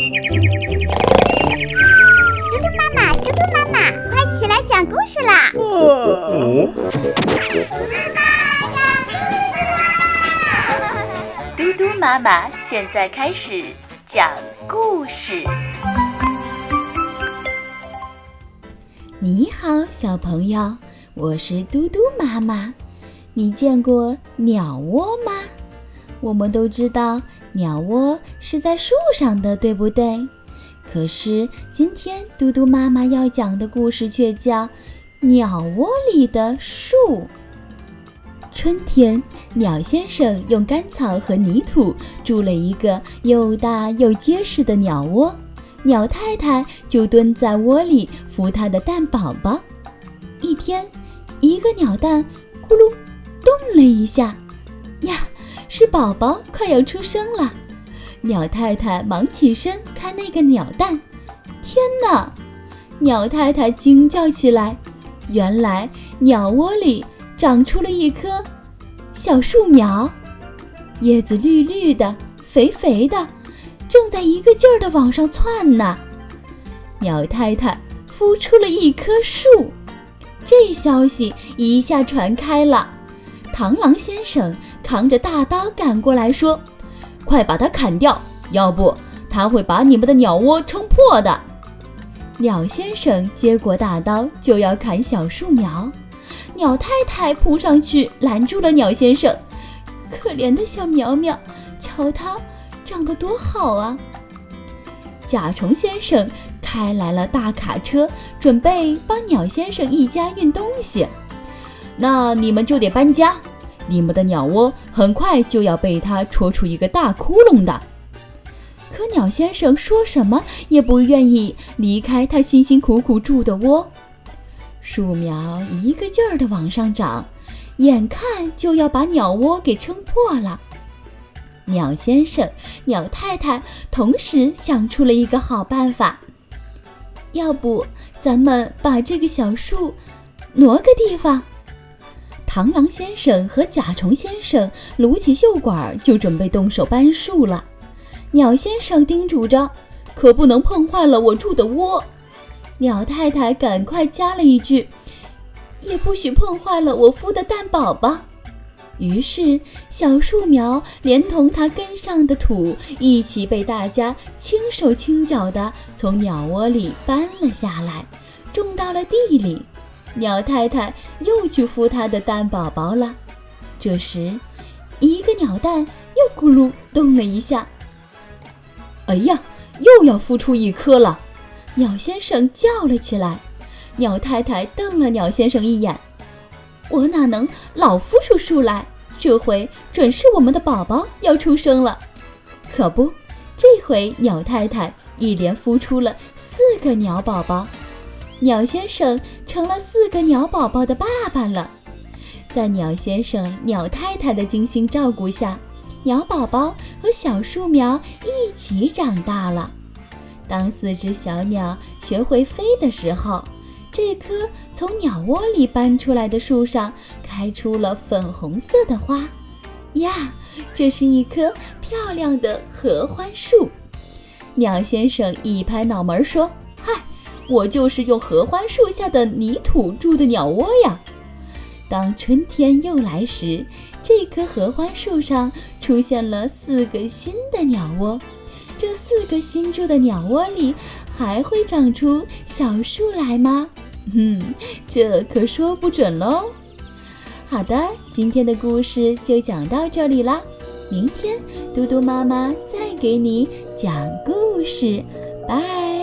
嘟嘟妈妈，快起来讲故事啦！ 嘟嘟妈妈现在开始讲故事。 你好，小朋友，我是嘟嘟妈妈。你见过鸟窝吗？我们都知道鸟窝是在树上的，对不对？可是今天嘟嘟妈妈要讲的故事却叫鸟窝里的树。春天，鸟先生用干草和泥土筑了一个又大又结实的鸟窝，鸟太太就蹲在窝里孵它的蛋宝宝。一天，一个鸟蛋咕噜动了一下，呀，是宝宝快要出生了。鸟太太忙起身看那个鸟蛋，天哪！鸟太太惊叫起来，原来鸟窝里长出了一棵小树苗，叶子绿绿的，肥肥的，正在一个劲儿地往上窜呢。鸟太太孵出了一棵树，这消息一下传开了。螳螂先生扛着大刀赶过来说，快把它砍掉，要不它会把你们的鸟窝撑破的。鸟先生接过大刀就要砍小树苗，鸟太太扑上去拦住了鸟先生。可怜的小苗苗，瞧它长得多好啊！甲虫先生开来了大卡车，准备帮鸟先生一家运东西。那你们就得搬家，你们的鸟窝很快就要被它戳出一个大窟窿的。可鸟先生说什么也不愿意离开他辛辛苦苦筑的窝。树苗一个劲儿地往上长，眼看就要把鸟窝给撑破了。鸟先生、鸟太太同时想出了一个好办法，要不咱们把这个小树挪个地方。螳螂先生和甲虫先生撸起袖管就准备动手搬树了。鸟先生叮嘱着，可不能碰坏了我住的窝。鸟太太赶快加了一句，也不许碰坏了我孵的蛋宝宝。于是小树苗连同它根上的土一起被大家轻手轻脚地从鸟窝里搬了下来，种到了地里。鸟太太又去孵它的蛋宝宝了。这时一个鸟蛋又咕噜动了一下，哎呀，又要孵出一颗了！鸟先生叫了起来。鸟太太瞪了鸟先生一眼，我哪能老孵出树来，这回准是我们的宝宝要出生了。可不，这回鸟太太一连孵出了4个鸟宝宝，鸟先生成了4个鸟宝宝的爸爸了。在鸟先生、鸟太太的精心照顾下，鸟宝宝和小树苗一起长大了。当4只小鸟学会飞的时候，这棵从鸟窝里搬出来的树上开出了粉红色的花呀，这是一棵漂亮的合欢树。鸟先生一拍脑门说，嗨，我就是用合欢树下的泥土筑的鸟窝呀。当春天又来时，这棵合欢树上出现了4个新的鸟窝，这4个新筑的鸟窝里还会长出小树来吗？这可说不准咯。好的，今天的故事就讲到这里啦，明天嘟嘟妈妈再给你讲故事，拜。